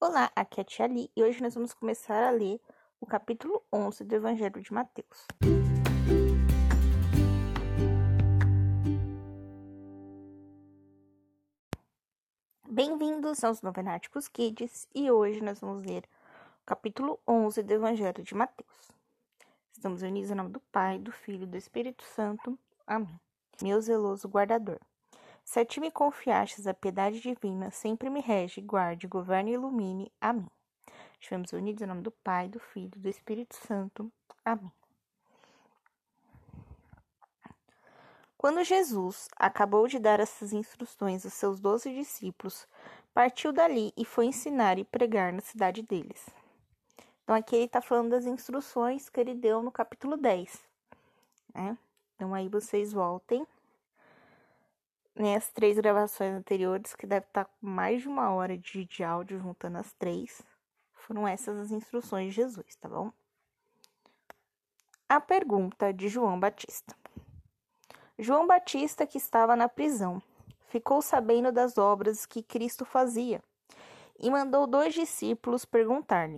Olá, aqui é a Tia Ali e hoje nós vamos começar a ler o capítulo 11 do Evangelho de Mateus. Bem-vindos aos Novenáticos Kids e hoje nós vamos ler o capítulo 11 do Evangelho de Mateus. Estamos unidos em nome do Pai, do Filho e do Espírito Santo. Amém. Meu zeloso guardador, se a ti me confiastes a piedade divina, sempre me rege, guarde, governe e ilumine. Amém. Estivemos unidos em nome do Pai, do Filho e do Espírito Santo. Amém. Quando Jesus acabou de dar essas instruções aos seus 12 discípulos, partiu dali e foi ensinar e pregar na cidade deles. Então, aqui ele está falando das instruções que ele deu no capítulo 10. Né? Então, aí vocês voltem. As 3 gravações anteriores, que deve estar com mais de 1 hora de áudio, juntando as 3, foram essas as instruções de Jesus, tá bom? A pergunta de João Batista. João Batista, que estava na prisão, ficou sabendo das obras que Cristo fazia e mandou 2 discípulos perguntar-lhe: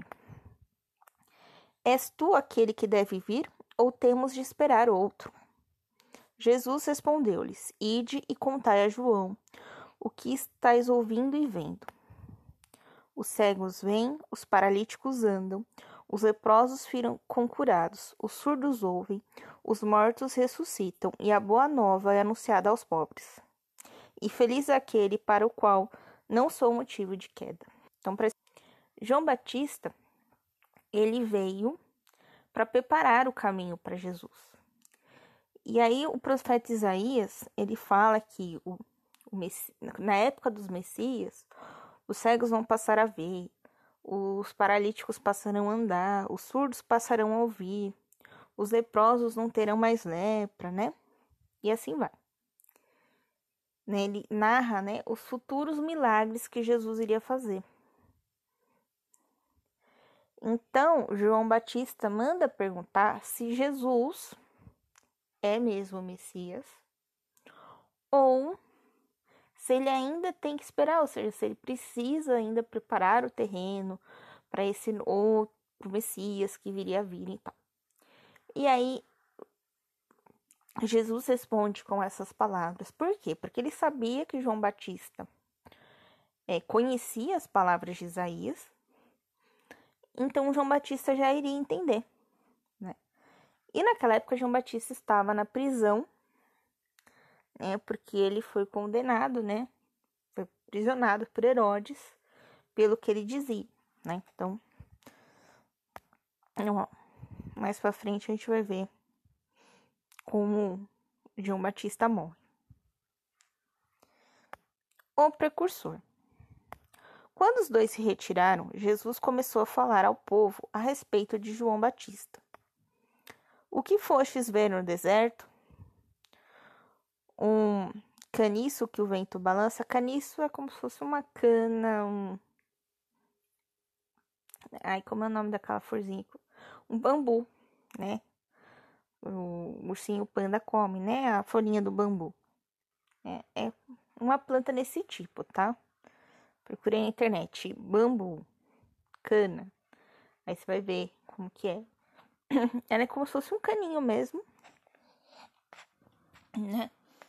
És tu aquele que deve vir, ou temos de esperar outro? Jesus respondeu-lhes: Ide e contai a João o que estáis ouvindo e vendo. Os cegos vêm, os paralíticos andam, os leprosos ficam curados, os surdos ouvem, os mortos ressuscitam, e a boa nova é anunciada aos pobres. E feliz é aquele para o qual não sou motivo de queda. Então, João Batista, ele veio para preparar o caminho para Jesus. E aí o profeta Isaías, ele fala que na época dos Messias, os cegos vão passar a ver, os paralíticos passarão a andar, os surdos passarão a ouvir, os leprosos não terão mais lepra, né? E assim vai. Ele narra, os futuros milagres que Jesus iria fazer. Então, João Batista manda perguntar se Jesus é mesmo o Messias ou se ele ainda tem que esperar, ou seja, se ele precisa ainda preparar o terreno para esse outro Messias que viria a vir e tal. E aí, Jesus responde com essas palavras. Por quê? Porque ele sabia que João Batista conhecia as palavras de Isaías, então João Batista já iria entender. Né? E naquela época, João Batista estava na prisão, porque ele foi condenado, foi aprisionado por Herodes, pelo que ele dizia, Então, mais pra frente a gente vai ver como João Batista morre. O precursor. Quando os 2 se retiraram, Jesus começou a falar ao povo a respeito de João Batista. O que fostes ver no deserto? Um caniço que o vento balança. Caniço é como se fosse uma cana, Ai, como é o nome daquela florzinha? Um bambu, O ursinho panda come, a folhinha do bambu. É uma planta nesse tipo, tá? Procurei na internet, bambu, cana. Aí você vai ver como que é. Ela é como se fosse um caninho mesmo, né?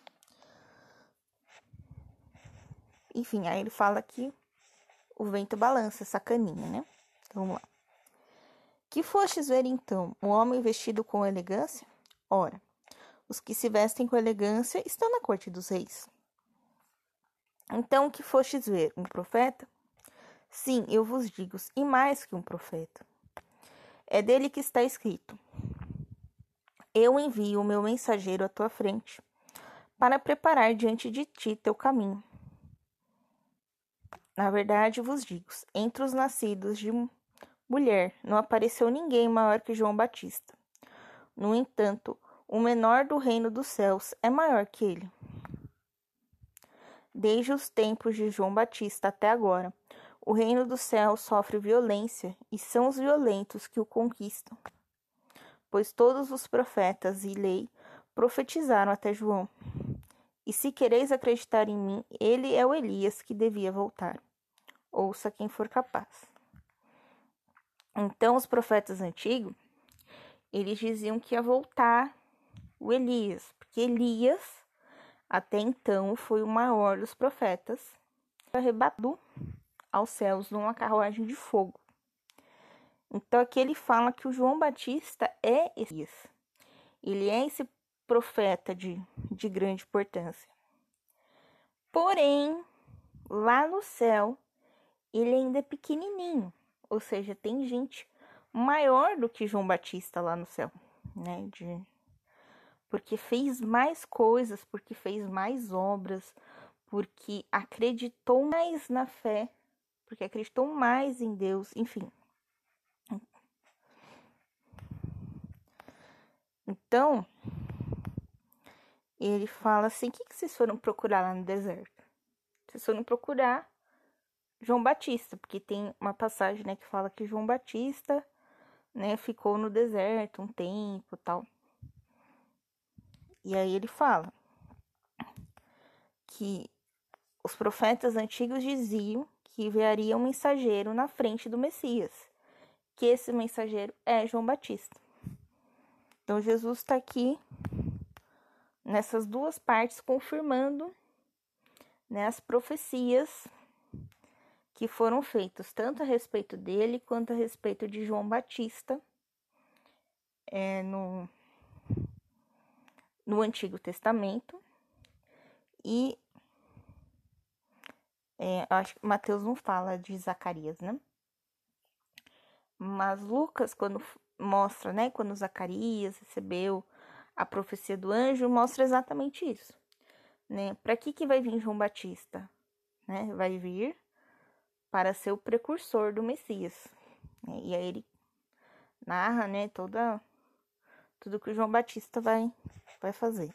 Enfim, aí ele fala que o vento balança essa caninha, né? Então, vamos lá. Que fostes ver, então, um homem vestido com elegância? Ora, os que se vestem com elegância estão na corte dos reis. Então, que fostes ver? Um profeta? Sim, eu vos digo, e mais que um profeta. É dele que está escrito: Eu envio o meu mensageiro à tua frente, para preparar diante de ti teu caminho. Na verdade, vos digo, entre os nascidos de mulher, não apareceu ninguém maior que João Batista. No entanto, o menor do reino dos céus é maior que ele. Desde os tempos de João Batista até agora, o reino dos céus sofre violência, e são os violentos que o conquistam. Pois todos os profetas e lei profetizaram até João. E se quereis acreditar em mim, ele é o Elias que devia voltar. ouça quem for capaz. Então, os profetas antigos, eles diziam que ia voltar o Elias, porque Elias, até então, foi o maior dos profetas, arrebatado aos céus numa carruagem de fogo. Então, aqui ele fala que o João Batista é Elias. Ele é esse profeta de grande importância. Porém, lá no céu, ele ainda é pequenininho. Ou seja, tem gente maior do que João Batista lá no céu, né? Porque fez mais coisas, porque fez mais obras, porque acreditou mais na fé, porque acreditou mais em Deus, enfim. Então, ele fala assim: o que vocês foram procurar lá no deserto? Vocês foram procurar João Batista, porque tem uma passagem, né, que fala que João Batista, né, ficou no deserto um tempo, tal. E aí ele fala que os profetas antigos diziam que enviaria um mensageiro na frente do Messias, que esse mensageiro é João Batista. Então Jesus está aqui nessas duas partes confirmando, né, as profecias que foram feitas tanto a respeito dele quanto a respeito de João Batista no Antigo Testamento. E acho que Mateus não fala de Zacarias, né? Mas Lucas, quando mostra, né, quando Zacarias recebeu a profecia do anjo, mostra exatamente isso, né? Para que vai vir João Batista, né? Vai vir para ser o precursor do Messias, né? E aí ele narra, né, tudo que o João Batista vai fazer.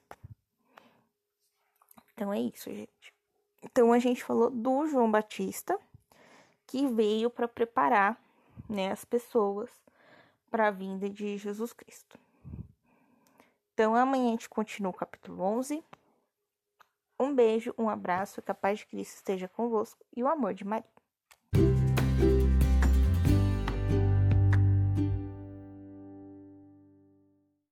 Então é isso, gente. Então a gente falou do João Batista, que veio para preparar, né, as pessoas para a vinda de Jesus Cristo. Então amanhã a gente continua o capítulo 11. Um beijo, um abraço, que a paz de Cristo esteja convosco e o amor de Maria.